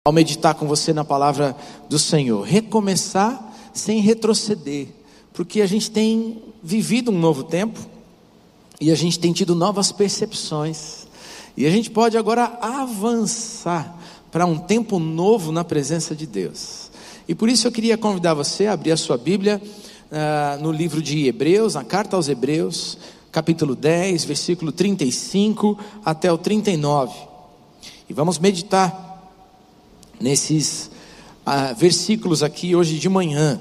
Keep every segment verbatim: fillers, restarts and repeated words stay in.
Ao meditar com você na palavra do Senhor, recomeçar sem retroceder, porque a gente tem vivido um novo tempo e a gente tem tido novas percepções e a gente pode agora avançar para um tempo novo na presença de Deus. E por isso eu queria convidar você a abrir a sua Bíblia uh, no livro de Hebreus, na carta aos Hebreus, capítulo dez, versículo trinta e cinco até o trinta e nove, e vamos meditar nesses ah, versículos aqui hoje de manhã.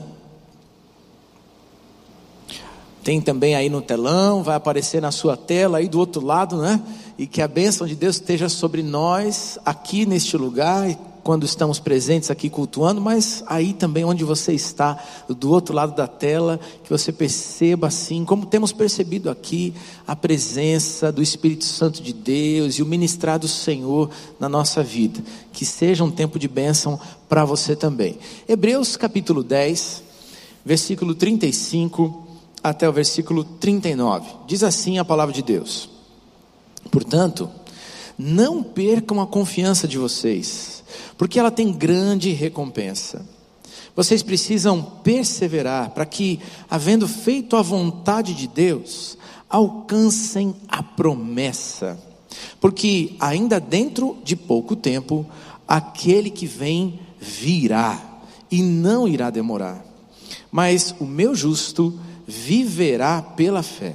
Tem também aí no telão, vai aparecer na sua tela aí do outro lado, né? E que a bênção de Deus esteja sobre nós aqui neste lugar, quando estamos presentes aqui cultuando, mas aí também onde você está, do outro lado da tela, que você perceba assim, como temos percebido aqui, a presença do Espírito Santo de Deus e o ministrar do Senhor na nossa vida. Que seja um tempo de bênção para você também. Hebreus capítulo dez, versículo trinta e cinco até o versículo trinta e nove. Diz assim a palavra de Deus: portanto, não percam a confiança de vocês, porque ela tem grande recompensa. Vocês precisam perseverar para que, havendo feito a vontade de Deus, alcancem a promessa. Porque ainda dentro de pouco tempo, aquele que vem virá, e não irá demorar. Mas o meu justo viverá pela fé.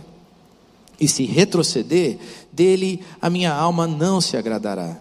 E se retroceder, dele a minha alma não se agradará.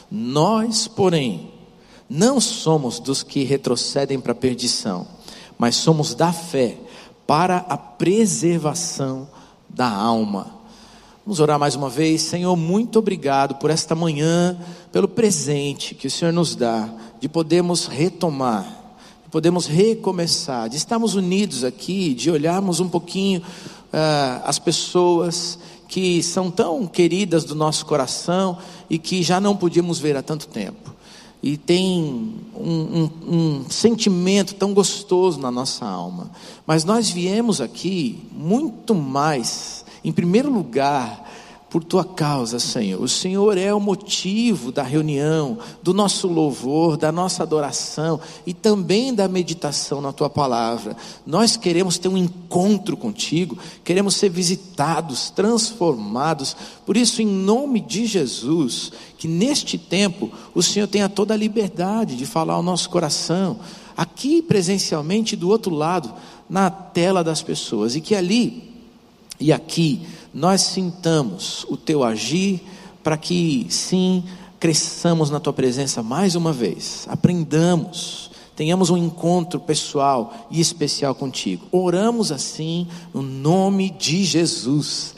Nós, porém, não somos dos que retrocedem para a perdição, mas somos da fé para a preservação da alma. Vamos orar mais uma vez. Senhor, muito obrigado por esta manhã, pelo presente que o Senhor nos dá, de podermos retomar, de podermos recomeçar, de estarmos unidos aqui, de olharmos um pouquinho uh, as pessoas que são tão queridas do nosso coração e que já não podíamos ver há tanto tempo. E tem um, um, um sentimento tão gostoso na nossa alma. Mas nós viemos aqui muito mais, em primeiro lugar, por tua causa, Senhor. O Senhor é o motivo da reunião, do nosso louvor, da nossa adoração e também da meditação na tua palavra. Nós queremos ter um encontro contigo, queremos ser visitados, transformados. Por isso, em nome de Jesus, que neste tempo o Senhor tenha toda a liberdade de falar ao nosso coração, aqui presencialmente, do outro lado, na tela das pessoas, e que ali e aqui nós sintamos o teu agir, para que sim, cresçamos na tua presença mais uma vez, aprendamos, tenhamos um encontro pessoal e especial contigo. Oramos assim no nome de Jesus,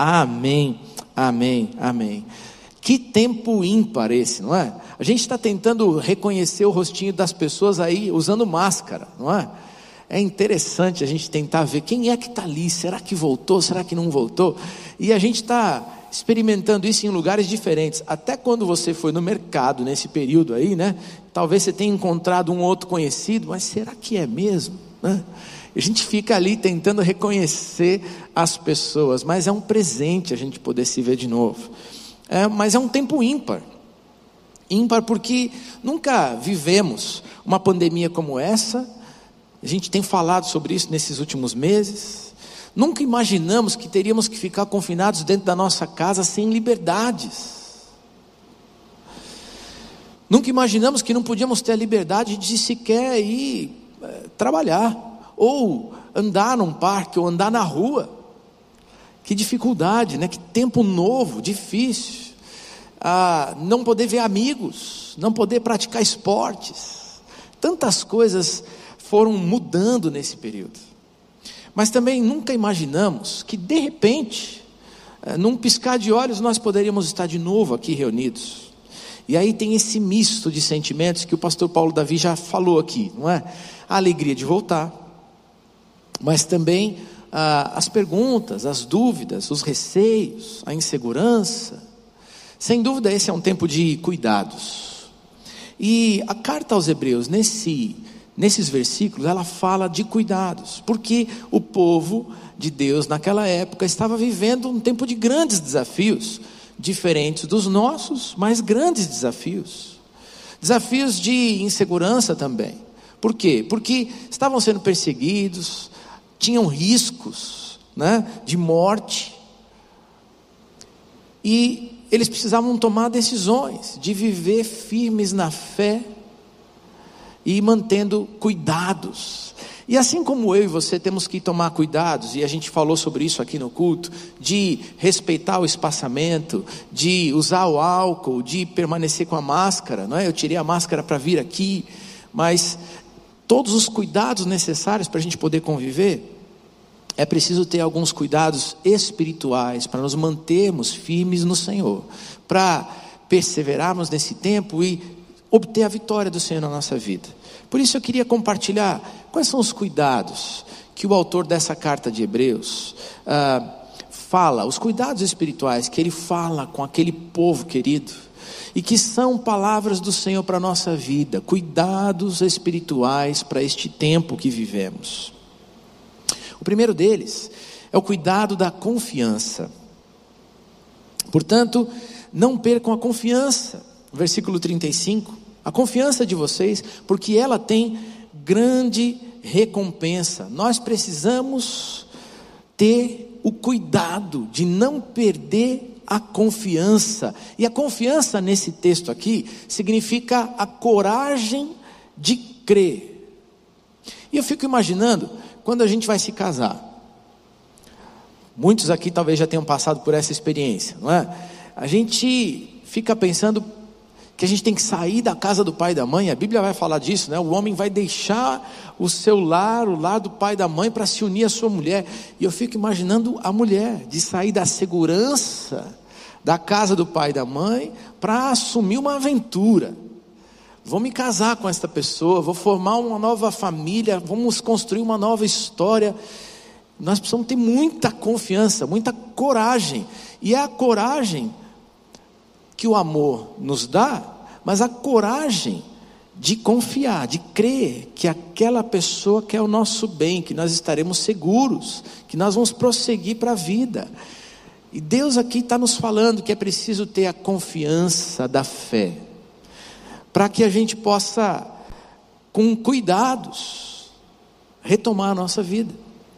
amém, amém, amém. Que tempo ímpar esse, não é? A gente está tentando reconhecer o rostinho das pessoas aí usando máscara, não é? É interessante a gente tentar ver quem é que está ali, será que voltou, será que não voltou? E a gente está experimentando isso em lugares diferentes. Até quando você foi no mercado nesse período aí, né? Talvez você tenha encontrado um outro conhecido, mas será que é mesmo? Né? A gente fica ali tentando reconhecer as pessoas, mas é um presente a gente poder se ver de novo. É, mas é um tempo ímpar. Ímpar porque nunca vivemos uma pandemia como essa. A gente tem falado sobre isso nesses últimos meses. Nunca imaginamos que teríamos que ficar confinados dentro da nossa casa sem liberdades. Nunca imaginamos que não podíamos ter a liberdade de sequer ir é, trabalhar, ou andar num parque, ou andar na rua. Que dificuldade, né? Que tempo novo, difícil. Ah, não poder ver amigos, não poder praticar esportes. Tantas coisas foram mudando nesse período. Mas também nunca imaginamos que de repente, num piscar de olhos, nós poderíamos estar de novo aqui reunidos. E aí tem esse misto de sentimentos que o pastor Paulo Davi já falou aqui, não é? A alegria de voltar, mas também ah, as perguntas, as dúvidas, os receios, a insegurança. Sem dúvida esse é um tempo de cuidados. E a carta aos Hebreus, nesse Nesses versículos ela fala de cuidados, porque o povo de Deus naquela época estava vivendo um tempo de grandes desafios, diferentes dos nossos, mas grandes desafios. Desafios de insegurança também. Por quê? Porque estavam sendo perseguidos, tinham riscos, né, de morte, e eles precisavam tomar decisões de viver firmes na fé e mantendo cuidados. E assim como eu e você temos que tomar cuidados, e a gente falou sobre isso aqui no culto, de respeitar o espaçamento, de usar o álcool, de permanecer com a máscara, não é? Eu tirei a máscara para vir aqui, mas todos os cuidados necessários para a gente poder conviver, é preciso ter alguns cuidados espirituais para nos mantermos firmes no Senhor, para perseverarmos nesse tempo e obter a vitória do Senhor na nossa vida. Por isso eu queria compartilhar quais são os cuidados que o autor dessa carta de Hebreus ah, fala, os cuidados espirituais que ele fala com aquele povo querido, e que são palavras do Senhor para a nossa vida, cuidados espirituais para este tempo que vivemos. O primeiro deles é o cuidado da confiança. Portanto, não percam a confiança. Versículo trinta e cinco, a confiança de vocês, porque ela tem grande recompensa. Nós precisamos ter o cuidado de não perder a confiança. E a confiança nesse texto aqui significa a coragem de crer. E eu fico imaginando quando a gente vai se casar. Muitos aqui talvez já tenham passado por essa experiência, não é? A gente fica pensando que a gente tem que sair da casa do pai e da mãe. A Bíblia vai falar disso, né? O homem vai deixar o seu lar, o lar do pai e da mãe, para se unir à sua mulher. E eu fico imaginando a mulher, de sair da segurança da casa do pai e da mãe, para assumir uma aventura. Vou me casar com esta pessoa, vou formar uma nova família, vamos construir uma nova história. Nós precisamos ter muita confiança, muita coragem. E é a coragem que o amor nos dá, mas a coragem de confiar, de crer que aquela pessoa quer o nosso bem, que nós estaremos seguros, que nós vamos prosseguir para a vida. E Deus aqui está nos falando que é preciso ter a confiança da fé, para que a gente possa, com cuidados, retomar a nossa vida.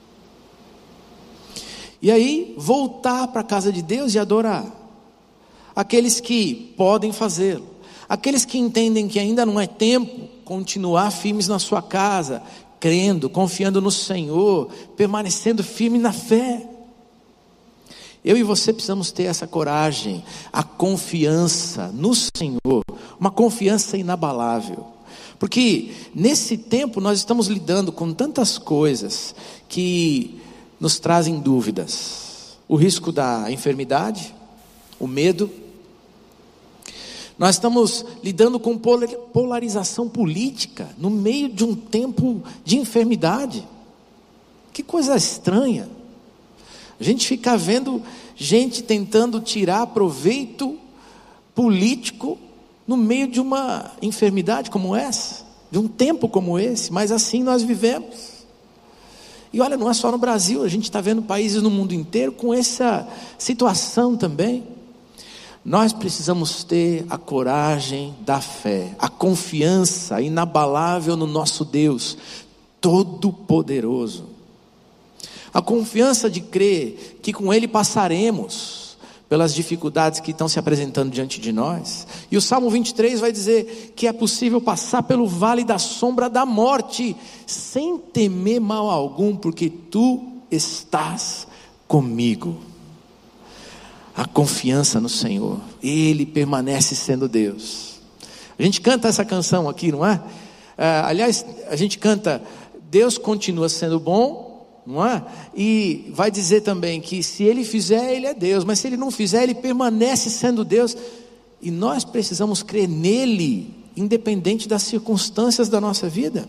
E aí, voltar para a casa de Deus e adorar. Aqueles que podem fazê-lo, aqueles que entendem que ainda não é tempo, continuar firmes na sua casa, crendo, confiando no Senhor, permanecendo firme na fé. Eu e você precisamos ter essa coragem, a confiança no Senhor, uma confiança inabalável, porque nesse tempo nós estamos lidando com tantas coisas que nos trazem dúvidas. O risco da enfermidade, o medo. Nós estamos lidando com polarização política no meio de um tempo de enfermidade. Que coisa estranha. A gente fica vendo gente tentando tirar proveito político no meio de uma enfermidade como essa, de um tempo como esse, mas assim nós vivemos. E olha, não é só no Brasil, a gente está vendo países no mundo inteiro com essa situação também. Nós precisamos ter a coragem da fé, a confiança inabalável no nosso Deus Todo-Poderoso. A confiança de crer que com Ele passaremos pelas dificuldades que estão se apresentando diante de nós. E o Salmo vinte e três vai dizer que é possível passar pelo vale da sombra da morte, sem temer mal algum, porque Tu estás comigo. A confiança no Senhor, Ele permanece sendo Deus. A gente canta essa canção aqui, não é? Ah, aliás, a gente canta, Deus continua sendo bom, não é? E vai dizer também que se Ele fizer, Ele é Deus, mas se Ele não fizer, Ele permanece sendo Deus. E nós precisamos crer nele, independente das circunstâncias da nossa vida.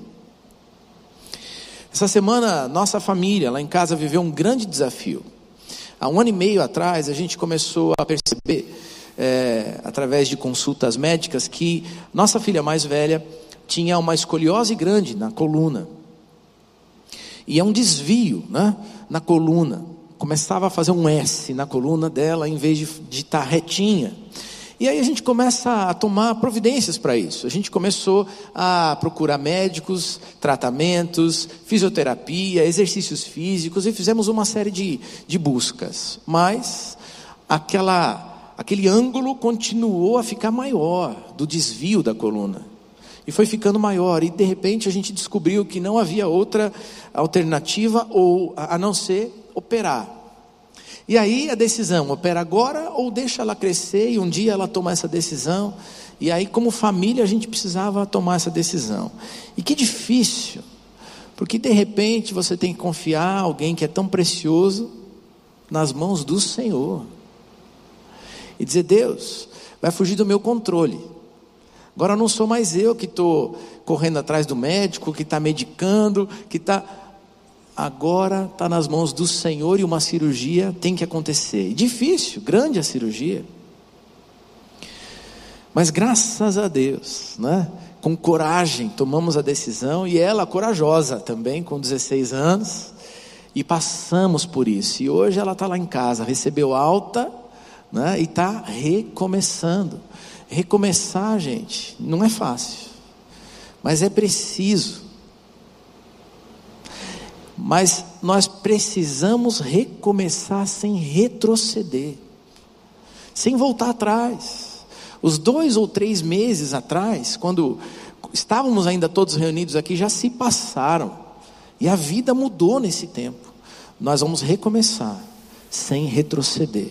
Essa semana, nossa família lá em casa viveu um grande desafio. Há um ano e meio atrás, a gente começou a perceber, é, através de consultas médicas, que nossa filha mais velha tinha uma escoliose grande na coluna. E é um desvio, né, na coluna. Começava a fazer um S na coluna dela, em vez de estar retinha. E aí a gente começa a tomar providências para isso. A gente começou a procurar médicos, tratamentos, fisioterapia, exercícios físicos, e fizemos uma série de, de buscas. Mas aquela, aquele ângulo continuou a ficar maior, do desvio da coluna. E foi ficando maior, e de repente a gente descobriu que não havia outra alternativa ou, a não ser operar. E aí a decisão, opera agora ou deixa ela crescer e um dia ela toma essa decisão. E aí como família a gente precisava tomar essa decisão. E que difícil, porque de repente você tem que confiar alguém que é tão precioso nas mãos do Senhor. E dizer, Deus, vai fugir do meu controle. Agora não sou mais eu que estou correndo atrás do médico, que está medicando, que está... Agora está nas mãos do Senhor e uma cirurgia tem que acontecer. Difícil, grande a cirurgia. Mas graças a Deus, né? Com coragem tomamos a decisão, e ela corajosa também, com dezesseis anos, e passamos por isso. E hoje ela está lá em casa, recebeu alta, né? E está recomeçando. Recomeçar, gente, não é fácil, mas é preciso. Mas nós precisamos recomeçar sem retroceder, sem voltar atrás. Os dois ou três meses atrás, quando estávamos ainda todos reunidos aqui, já se passaram, e a vida mudou nesse tempo. Nós vamos recomeçar sem retroceder.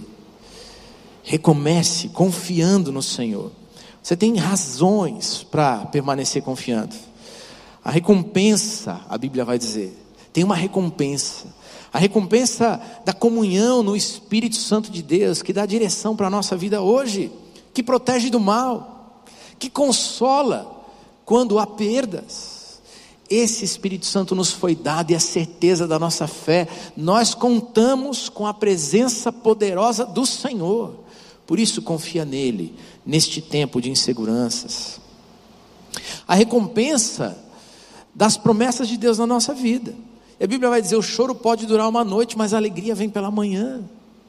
Recomece confiando no Senhor. Você tem razões para permanecer confiando. A recompensa, a Bíblia vai dizer, tem uma recompensa, a recompensa da comunhão no Espírito Santo de Deus, que dá direção para a nossa vida hoje, que protege do mal, que consola quando há perdas. Esse Espírito Santo nos foi dado, e a certeza da nossa fé, nós contamos com a presença poderosa do Senhor, por isso confia nele, neste tempo de inseguranças. A recompensa das promessas de Deus na nossa vida. E a Bíblia vai dizer, o choro pode durar uma noite, mas a alegria vem pela manhã.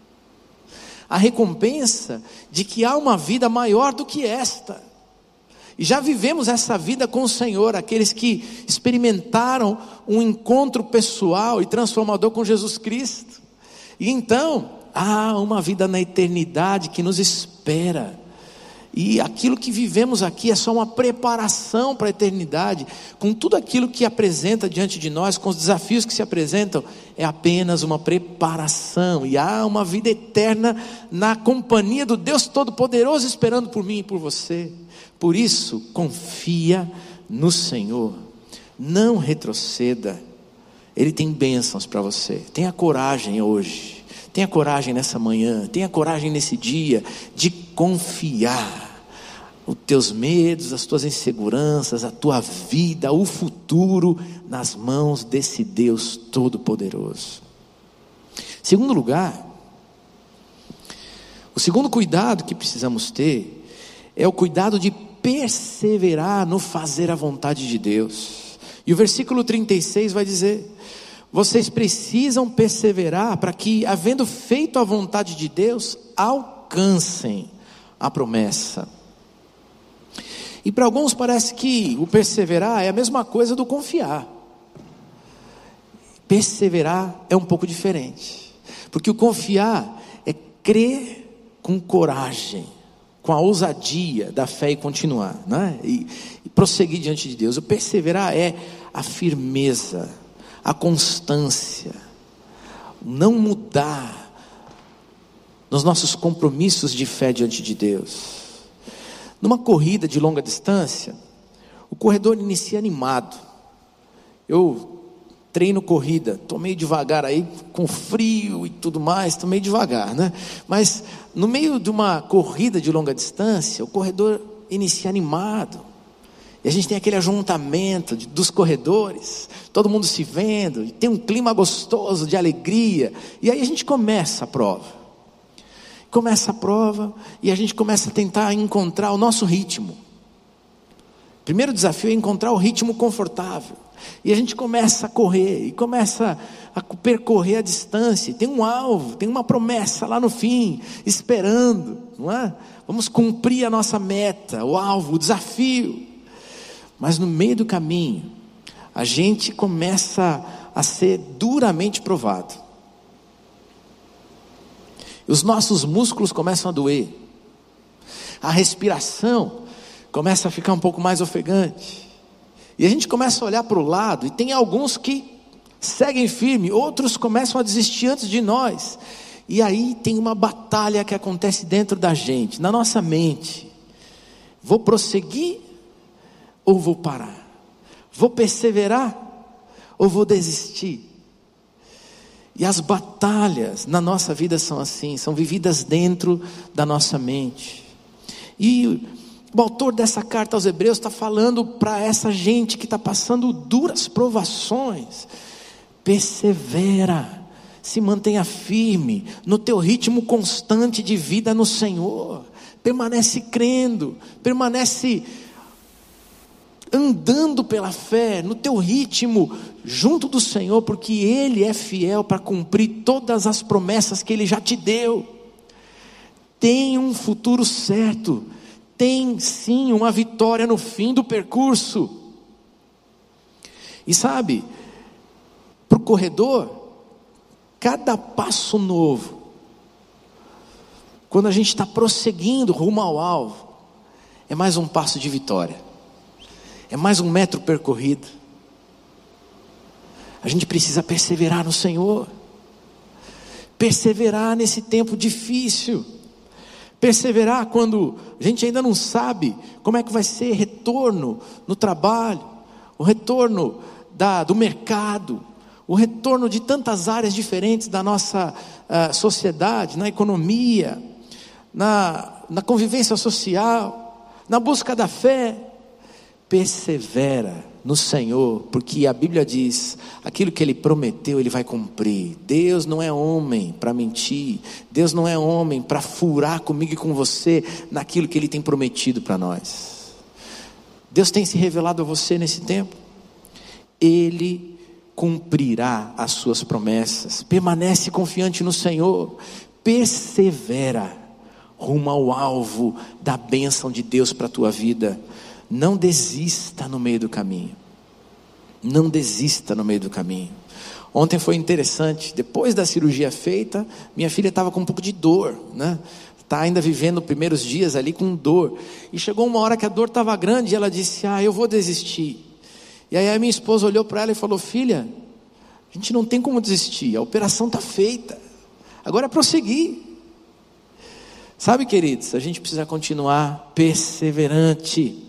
A recompensa de que há uma vida maior do que esta. E já vivemos essa vida com o Senhor, aqueles que experimentaram um encontro pessoal e transformador com Jesus Cristo. E então, há uma vida na eternidade que nos espera. E aquilo que vivemos aqui é só uma preparação para a eternidade. Com tudo aquilo que apresenta diante de nós, com os desafios que se apresentam, é apenas uma preparação. E há uma vida eterna na companhia do Deus Todo-Poderoso esperando por mim e por você. Por isso, confia no Senhor. Não retroceda. Ele tem bênçãos para você. Tenha coragem hoje. Tenha coragem nessa manhã. Tenha coragem nesse dia de confiar. Os teus medos, as tuas inseguranças, a tua vida, o futuro, nas mãos desse Deus Todo-Poderoso. Segundo lugar, o segundo cuidado que precisamos ter, é o cuidado de perseverar no fazer a vontade de Deus. E o versículo trinta e seis vai dizer, vocês precisam perseverar para que, havendo feito a vontade de Deus, alcancem a promessa. E para alguns parece que o perseverar é a mesma coisa do confiar. Perseverar é um pouco diferente, porque o confiar é crer com coragem, com a ousadia da fé e continuar, né? e, e prosseguir diante de Deus. O perseverar é a firmeza, a constância, não mudar nos nossos compromissos de fé diante de Deus. Numa corrida de longa distância, o corredor inicia animado. Eu treino corrida, estou meio devagar aí, com frio e tudo mais, estou meio devagar, né? Mas no meio de uma corrida de longa distância, o corredor inicia animado. E a gente tem aquele ajuntamento de, dos corredores, todo mundo se vendo, e tem um clima gostoso de alegria. E aí a gente começa a prova. Começa a prova e a gente começa a tentar encontrar o nosso ritmo. Primeiro desafio é encontrar o ritmo confortável. E a gente começa a correr, e começa a percorrer a distância, tem um alvo, tem uma promessa lá no fim, esperando, não é? Vamos cumprir a nossa meta, o alvo, o desafio. Mas no meio do caminho, a gente começa a ser duramente provado. Os nossos músculos começam a doer, a respiração começa a ficar um pouco mais ofegante, e a gente começa a olhar para o lado, e tem alguns que seguem firme, outros começam a desistir antes de nós, e aí tem uma batalha que acontece dentro da gente, na nossa mente. Vou prosseguir ou vou parar? Vou perseverar ou vou desistir? E as batalhas na nossa vida são assim, são vividas dentro da nossa mente. E o autor dessa carta aos Hebreus está falando para essa gente que está passando duras provações. Persevera, se mantenha firme no teu ritmo constante de vida no Senhor. Permanece crendo, permanece andando pela fé, no teu ritmo, junto do Senhor, porque Ele é fiel para cumprir todas as promessas que Ele já te deu. Tem um futuro certo, tem sim uma vitória no fim do percurso. E sabe, para o corredor, cada passo novo, quando a gente está prosseguindo rumo ao alvo, é mais um passo de vitória. É mais um metro percorrido. A gente precisa perseverar no Senhor, perseverar nesse tempo difícil, perseverar quando a gente ainda não sabe como é que vai ser retorno no trabalho, o retorno da, do mercado, o retorno de tantas áreas diferentes da nossa uh, sociedade, na economia, na, na convivência social, na busca da fé. Persevera no Senhor, porque a Bíblia diz, aquilo que Ele prometeu Ele vai cumprir. Deus não é homem para mentir, Deus não é homem para furar comigo e com você naquilo que Ele tem prometido para nós. Deus tem se revelado a você nesse tempo, Ele cumprirá as suas promessas. Permanece confiante no Senhor, persevera rumo ao alvo da bênção de Deus para a tua vida. Não desista no meio do caminho. Não desista no meio do caminho. Ontem foi interessante. Depois da cirurgia feita, minha filha estava com um pouco de dor, né? Está ainda vivendo os primeiros dias ali com dor. E chegou uma hora que a dor estava grande e ela disse, ah, eu vou desistir. E aí a minha esposa olhou para ela e falou, filha, a gente não tem como desistir. A operação está feita. Agora é prosseguir. Sabe, queridos, a gente precisa continuar perseverante.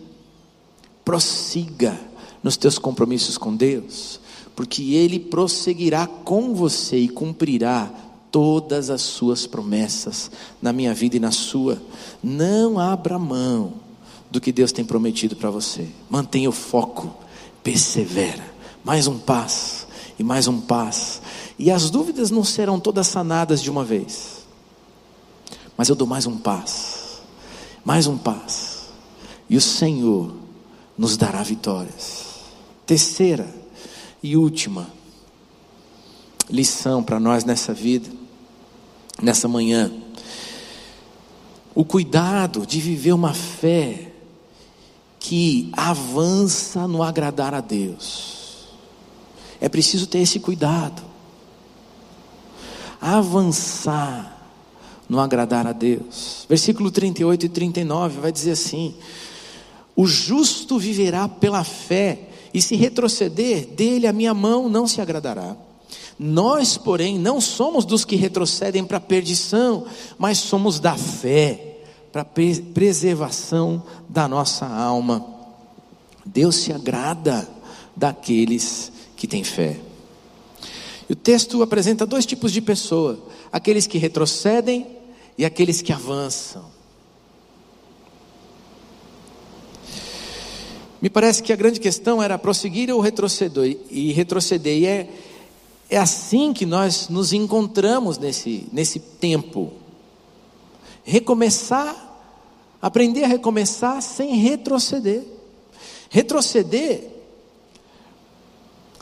Prossiga nos teus compromissos com Deus, porque Ele prosseguirá com você e cumprirá todas as suas promessas na minha vida e na sua. Não abra mão do que Deus tem prometido para você. Mantenha o foco, persevera. Mais um passo e mais um passo. E as dúvidas não serão todas sanadas de uma vez, mas eu dou mais um passo, mais um passo, e o Senhor nos dará vitórias. Terceira e última lição para nós nessa vida, nessa manhã: o cuidado de viver uma fé que avança no agradar a Deus. É preciso ter esse cuidado, avançar no agradar a Deus. Versículo trinta e oito e trinta e nove vai dizer assim: o justo viverá pela fé, e se retroceder, dele a minha mão não se agradará. Nós, porém, não somos dos que retrocedem para a perdição, mas somos da fé, para a preservação da nossa alma. Deus se agrada daqueles que têm fé. E o texto apresenta dois tipos de pessoa: aqueles que retrocedem e aqueles que avançam. Me parece que a grande questão era prosseguir ou retroceder, e retroceder, e é, é assim que nós nos encontramos nesse, nesse tempo. Recomeçar, aprender a recomeçar sem retroceder. Retroceder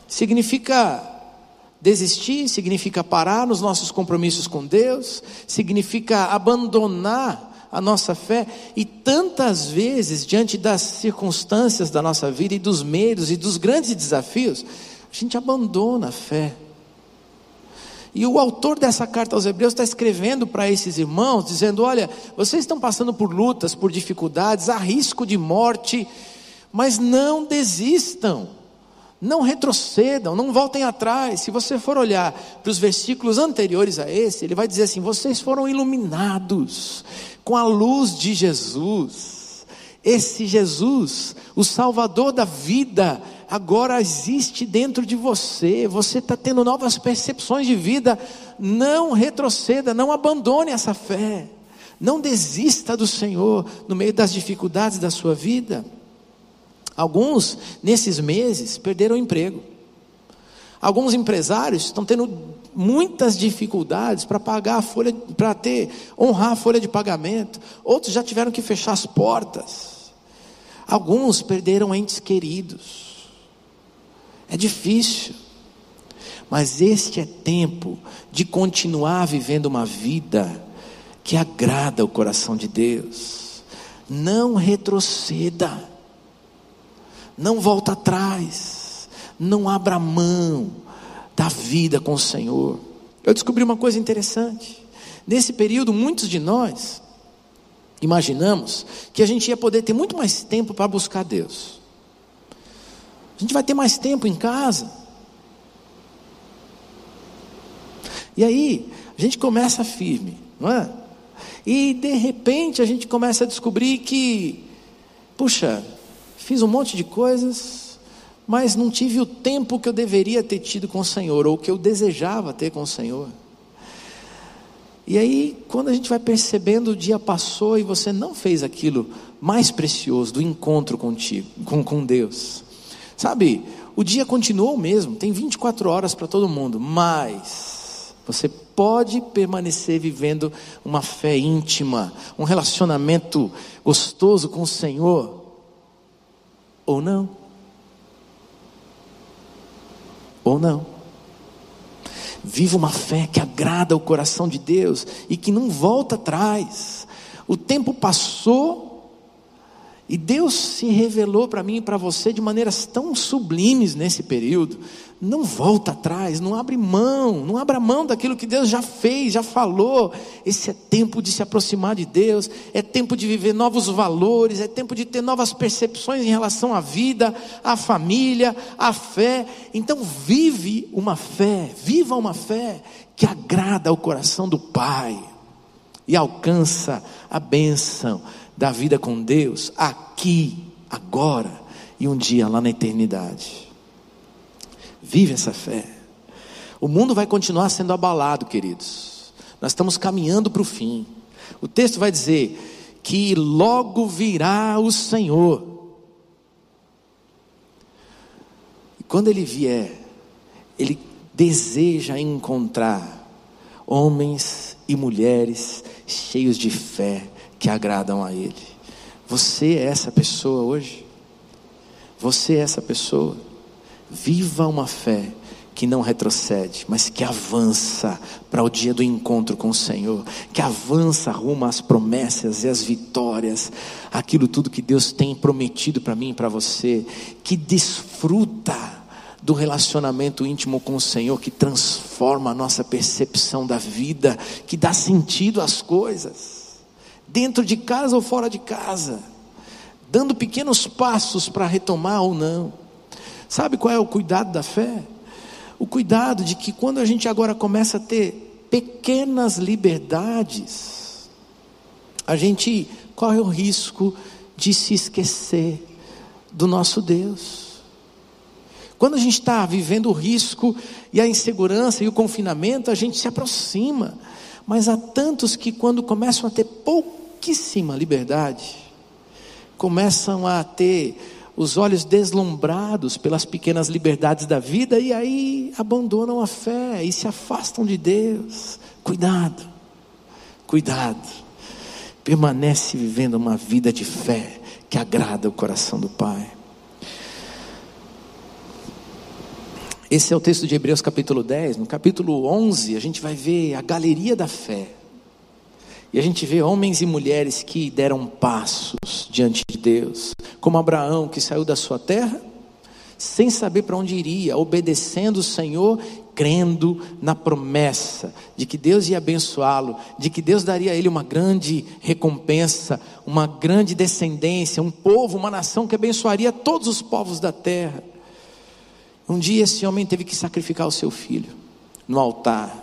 Significa desistir, significa parar nos nossos compromissos com Deus, significa abandonar a nossa fé. E tantas vezes, diante das circunstâncias da nossa vida e dos medos e dos grandes desafios, a gente abandona a fé. E o autor dessa carta aos Hebreus está escrevendo para esses irmãos, dizendo: olha, vocês estão passando por lutas, por dificuldades, há risco de morte, mas não desistam, não retrocedam, não voltem atrás. Se você for olhar para os versículos anteriores a esse, ele vai dizer assim: vocês foram iluminados com a luz de Jesus. Esse Jesus, o Salvador da vida, agora existe dentro de você. Você está tendo novas percepções de vida. Não retroceda, não abandone essa fé, não desista do Senhor no meio das dificuldades da sua vida. Alguns nesses meses perderam o emprego. Alguns empresários estão tendo muitas dificuldades para pagar a folha, para ter, honrar a folha de pagamento. Outros já tiveram que fechar as portas. Alguns perderam entes queridos. É difícil, mas este é tempo de continuar vivendo uma vida que agrada o coração de Deus. Não retroceda, não volta atrás, não abra mão da vida com o Senhor. Eu descobri uma coisa interessante. Nesse período, muitos de nós imaginamos que a gente ia poder ter muito mais tempo para buscar Deus. A gente vai ter mais tempo em casa. E aí, a gente começa firme, não é? E de repente a gente começa a descobrir que, puxa, fiz um monte de coisas, mas não tive o tempo que eu deveria ter tido com o Senhor, ou que eu desejava ter com o Senhor. E aí, quando a gente vai percebendo, o dia passou e você não fez aquilo mais precioso do encontro contigo, com, com Deus. Sabe, o dia continuou o mesmo, tem vinte e quatro horas para todo mundo, mas você pode permanecer vivendo uma fé íntima, um relacionamento gostoso com o Senhor, ou não. Ou não. Viva uma fé que agrada o coração de Deus e que não volta atrás. O tempo passou e Deus se revelou para mim e para você de maneiras tão sublimes nesse período. Não volta atrás, não abre mão, não abra mão daquilo que Deus já fez, já falou. Esse é tempo de se aproximar de Deus, é tempo de viver novos valores, é tempo de ter novas percepções em relação à vida, à família, à fé. Então vive uma fé, viva uma fé que agrada ao coração do Pai e alcança a bênção da vida com Deus aqui, agora e um dia lá na eternidade. Vive essa fé. O mundo vai continuar sendo abalado, queridos. Nós estamos caminhando para o fim. O texto vai dizer que logo virá o Senhor. E quando Ele vier, Ele deseja encontrar homens e mulheres cheios de fé que agradam a Ele. Você é essa pessoa hoje? Você é essa pessoa? Viva uma fé que não retrocede, mas que avança para o dia do encontro com o Senhor, que avança rumo às promessas e às vitórias, aquilo tudo que Deus tem prometido para mim e para você, que desfruta do relacionamento íntimo com o Senhor, que transforma a nossa percepção da vida, que dá sentido às coisas, dentro de casa ou fora de casa, dando pequenos passos para retomar ou não. Sabe qual é o cuidado da fé? O cuidado de que quando a gente agora começa a ter pequenas liberdades, a gente corre o risco de se esquecer do nosso Deus. Quando a gente está vivendo o risco e a insegurança e o confinamento, a gente se aproxima. Mas há tantos que quando começam a ter pouquíssima liberdade, começam a ter os olhos deslumbrados pelas pequenas liberdades da vida, e aí abandonam a fé e se afastam de Deus. Cuidado, cuidado, permanece vivendo uma vida de fé que agrada o coração do Pai. Esse é o texto de Hebreus capítulo dez. No capítulo onze a gente vai ver a galeria da fé. E a gente vê homens e mulheres que deram passos diante de Deus, como Abraão, que saiu da sua terra sem saber para onde iria, obedecendo o Senhor, crendo na promessa de que Deus ia abençoá-lo, de que Deus daria a ele uma grande recompensa, uma grande descendência, um povo, uma nação que abençoaria todos os povos da terra. Um dia esse homem teve que sacrificar o seu filho no altar.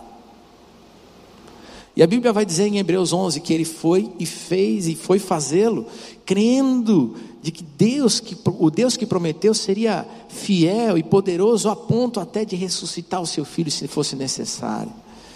E a Bíblia vai dizer em Hebreus onze que ele foi e fez e foi fazê-lo, crendo de que Deus, que o Deus que prometeu seria fiel e poderoso a ponto até de ressuscitar o seu filho se fosse necessário.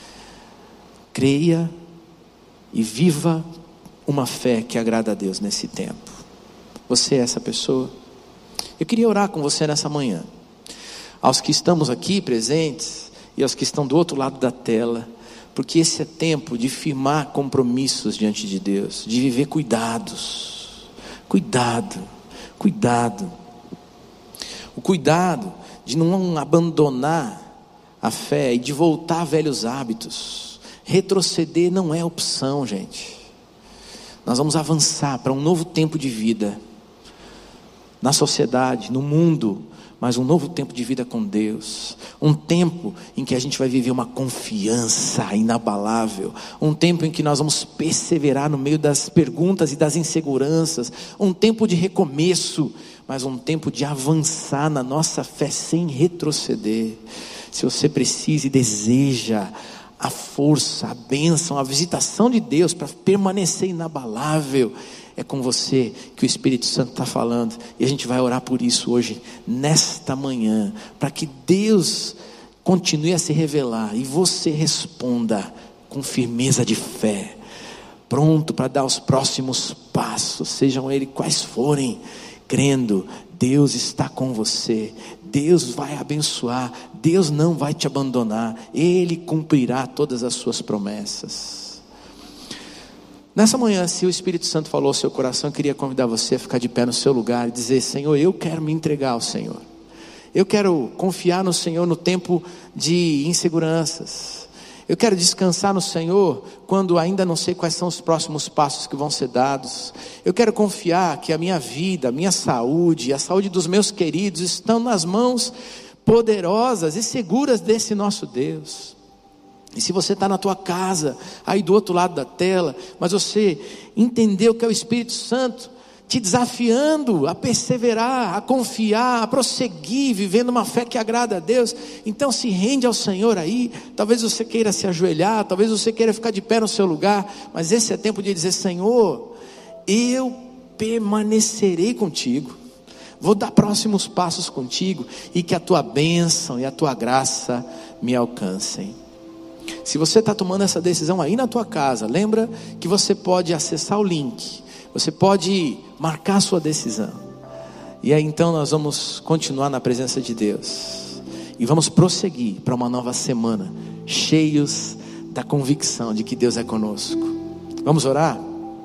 Creia e viva uma fé que agrada a Deus nesse tempo. Você é essa pessoa? Eu queria orar com você nessa manhã. Aos que estamos aqui presentes e aos que estão do outro lado da tela, porque esse é tempo de firmar compromissos diante de Deus, de viver cuidados, cuidado, cuidado, o cuidado de não abandonar a fé e de voltar a velhos hábitos. Retroceder não é opção, gente. Nós vamos avançar para um novo tempo de vida, na sociedade, no mundo, mas um novo tempo de vida com Deus, um tempo em que a gente vai viver uma confiança inabalável, um tempo em que nós vamos perseverar no meio das perguntas e das inseguranças, um tempo de recomeço, mas um tempo de avançar na nossa fé sem retroceder. Se você precisa e deseja a força, a bênção, a visitação de Deus para permanecer inabalável, é com você que o Espírito Santo está falando, e a gente vai orar por isso hoje, nesta manhã, para que Deus continue a se revelar, e você responda com firmeza de fé, pronto para dar os próximos passos, sejam eles quais forem, crendo, Deus está com você, Deus vai abençoar, Deus não vai te abandonar, Ele cumprirá todas as suas promessas. Nessa manhã, se o Espírito Santo falou ao seu coração, eu queria convidar você a ficar de pé no seu lugar e dizer: Senhor, eu quero me entregar ao Senhor, eu quero confiar no Senhor no tempo de inseguranças, eu quero descansar no Senhor quando ainda não sei quais são os próximos passos que vão ser dados. Eu quero confiar que a minha vida, a minha saúde, a saúde dos meus queridos estão nas mãos poderosas e seguras desse nosso Deus. E se você está na tua casa, aí do outro lado da tela, mas você entendeu que é o Espírito Santo te desafiando a perseverar, a confiar, a prosseguir, vivendo uma fé que agrada a Deus, então se rende ao Senhor aí. Talvez você queira se ajoelhar, talvez você queira ficar de pé no seu lugar, mas esse é tempo de dizer: Senhor, eu permanecerei contigo, vou dar próximos passos contigo, e que a tua bênção e a tua graça me alcancem. Se você está tomando essa decisão aí na tua casa, lembra que você pode acessar o link, você pode marcar a sua decisão, e aí então nós vamos continuar na presença de Deus, e vamos prosseguir para uma nova semana, cheios da convicção de que Deus é conosco. Vamos orar?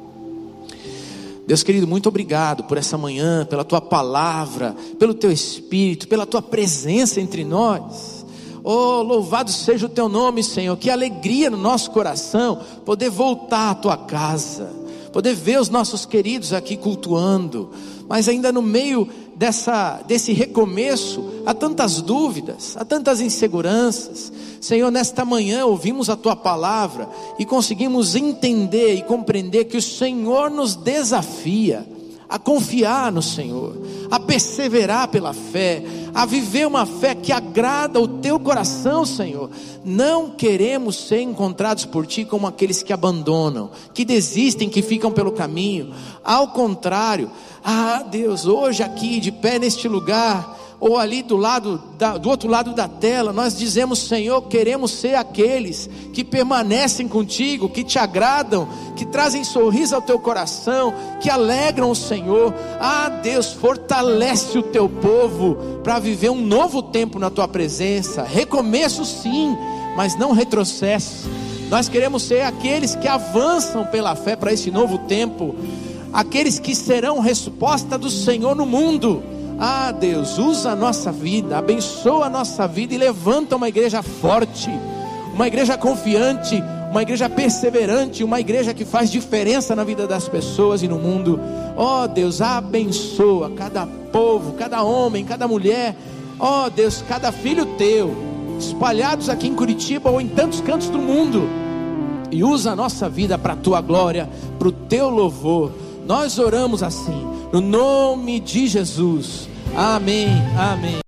Deus querido, muito obrigado por essa manhã, pela tua palavra, pelo teu Espírito, pela tua presença entre nós. Oh, louvado seja o teu nome, Senhor. Que alegria no nosso coração poder voltar à tua casa, poder ver os nossos queridos aqui cultuando, mas ainda no meio dessa, desse recomeço, há tantas dúvidas, há tantas inseguranças. Senhor, nesta manhã ouvimos a tua palavra e conseguimos entender e compreender que o Senhor nos desafia a confiar no Senhor, a perseverar pela fé, a viver uma fé que agrada o teu coração, Senhor. Não queremos ser encontrados por ti como aqueles que abandonam, que desistem, que ficam pelo caminho. Ao contrário, ah Deus, hoje aqui de pé neste lugar, ou ali do lado da, do outro lado da tela, nós dizemos: Senhor, queremos ser aqueles que permanecem contigo, que te agradam, que trazem sorriso ao teu coração, que alegram o Senhor. Ah Deus, fortalece o teu povo para viver um novo tempo na tua presença, recomeço sim, mas não retrocesso. Nós queremos ser aqueles que avançam pela fé para esse novo tempo, aqueles que serão resposta do Senhor no mundo. Ah, Deus, usa a nossa vida, abençoa a nossa vida e levanta uma igreja forte, uma igreja confiante, uma igreja perseverante, uma igreja que faz diferença na vida das pessoas e no mundo. Ó Deus, abençoa cada povo, cada homem, cada mulher, ó Deus, cada filho teu, espalhados aqui em Curitiba ou em tantos cantos do mundo, e usa a nossa vida para a tua glória, para o teu louvor. Nós oramos assim, no nome de Jesus, amém, amém.